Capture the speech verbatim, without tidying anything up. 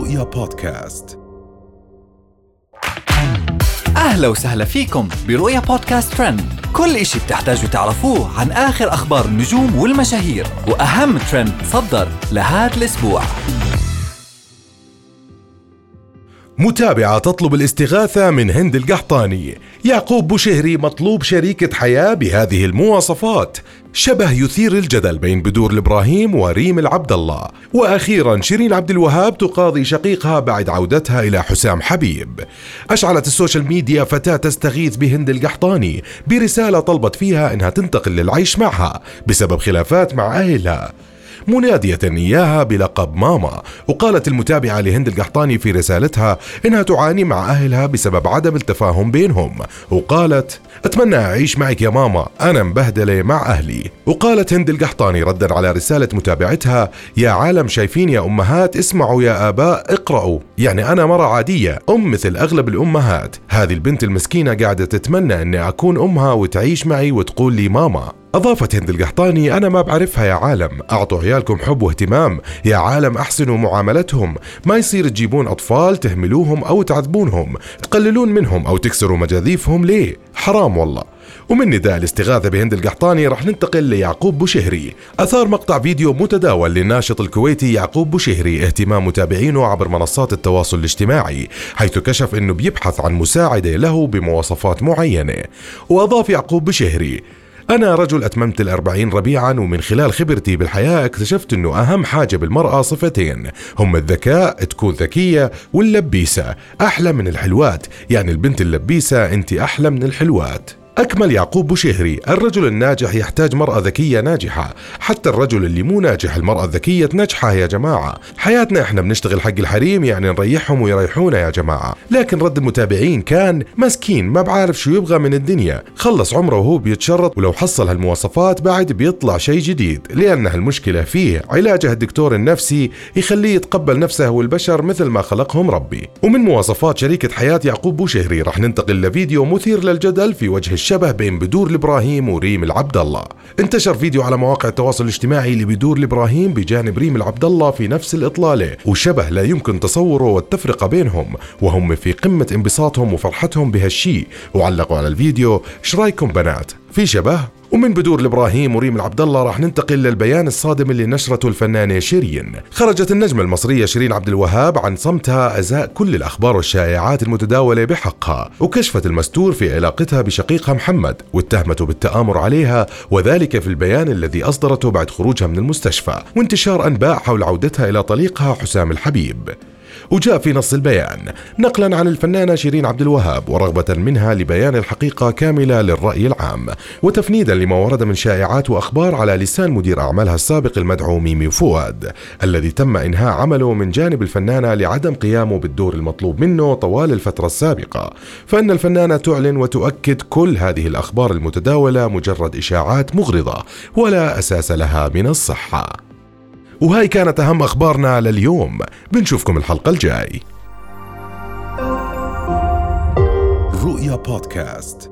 رؤيا بودكاست. أهلا وسهلا فيكم برؤيا بودكاست ترند، كل إشي بتحتاجوا تعرفوه عن آخر أخبار النجوم والمشاهير وأهم ترند صدر لهذا الأسبوع. متابعة تطلب الاستغاثة من هند القحطاني. يعقوب بوشهري مطلوب شريكة حياة بهذه المواصفات. شبه يثير الجدل بين بدور الإبراهيم وريم العبد الله. وأخيرا شيرين عبد الوهاب تقاضي شقيقها بعد عودتها إلى حسام حبيب. أشعلت السوشيال ميديا فتاة تستغيث بهند القحطاني برسالة طلبت فيها إنها تنتقل للعيش معها بسبب خلافات مع أهلها، منادية إياها بلقب ماما. وقالت المتابعة لهند القحطاني في رسالتها إنها تعاني مع أهلها بسبب عدم التفاهم بينهم، وقالت: أتمنى أعيش معك يا ماما، أنا مبهدلة مع أهلي. وقالت هند القحطاني ردا على رسالة متابعتها: يا عالم شايفين يا أمهات، اسمعوا يا آباء، اقرأوا. يعني أنا مرة عادية، أم مثل أغلب الأمهات. هذه البنت المسكينة قاعدة تتمنى أني أكون أمها وتعيش معي وتقول لي ماما. أضافت هند القحطاني: أنا ما بعرفها يا عالم، أعطوا عيالكم حب واهتمام، يا عالم أحسنوا معاملتهم، ما يصير تجيبون أطفال تهملوهم أو تعذبونهم، تقللون منهم أو تكسروا مجاذيفهم، ليه؟ حرام والله. ومن نداء الاستغاثة بهند القحطاني رح ننتقل ليعقوب بوشهري. أثار مقطع فيديو متداول للناشط الكويتي يعقوب بوشهري اهتمام متابعينه عبر منصات التواصل الاجتماعي، حيث كشف أنه بيبحث عن مساعدة له بمواصفات معينة. وأضاف يعقوب بوشهري: أنا رجل أتممت الأربعين ربيعا، ومن خلال خبرتي بالحياة اكتشفت أنه أهم حاجة بالمرأة صفتين، هم الذكاء، تكون ذكية، واللبيسة. أحلى من الحلوات، يعني البنت اللبيسة أنت أحلى من الحلوات. أكمل يعقوب بوشهري: الرجل الناجح يحتاج مرأة ذكية ناجحة، حتى الرجل اللي مو ناجح المرأة الذكية ناجحة يا جماعة. حياتنا إحنا بنشتغل حق الحريم، يعني نريحهم ويريحونا يا جماعة. لكن رد المتابعين كان: مسكين ما بعرف شو يبغى من الدنيا، خلص عمره وهو بيتشرط، ولو حصل هالمواصفات بعد بيطلع شيء جديد، لأن هالمشكلة فيه. علاجه الدكتور النفسي يخليه يتقبل نفسه والبشر مثل ما خلقهم ربي. ومن مواصفات شريكة حياة يعقوب بوشهري رح ننتقل لفيديو مثير للجدل في وجه شبه بين بدور الإبراهيم وريم العبد الله. انتشر فيديو على مواقع التواصل الاجتماعي لبدور الإبراهيم بجانب ريم العبد الله في نفس الإطلالة، وشبه لا يمكن تصوره والتفرقة بينهم، وهم في قمة انبساطهم وفرحتهم بهالشي. وعلقوا على الفيديو: ايش رايكم بنات؟ في شبه؟ ومن بدور الإبراهيم وريم العبد الله راح ننتقل للبيان الصادم اللي نشرته الفنانة شيرين. خرجت النجمة المصرية شيرين عبد الوهاب عن صمتها أزاء كل الأخبار والشائعات المتداولة بحقها، وكشفت المستور في علاقتها بشقيقها محمد، واتهمته بالتآمر عليها، وذلك في البيان الذي أصدرته بعد خروجها من المستشفى وانتشار أنباء حول عودتها إلى طليقها حسام الحبيب. وجاء في نص البيان نقلا عن الفنانة شيرين عبد الوهاب، ورغبة منها لبيان الحقيقة كاملة للرأي العام، وتفنيدا لما ورد من شائعات وأخبار على لسان مدير أعمالها السابق المدعو ميمي فؤاد، الذي تم إنهاء عمله من جانب الفنانة لعدم قيامه بالدور المطلوب منه طوال الفترة السابقة. فإن الفنانة تعلن وتؤكد كل هذه الأخبار المتداولة مجرد إشاعات مغرضة ولا أساس لها من الصحة. وهاي كانت أهم أخبارنا لليوم، بنشوفكم الحلقة الجاي. رؤيا بودكاست.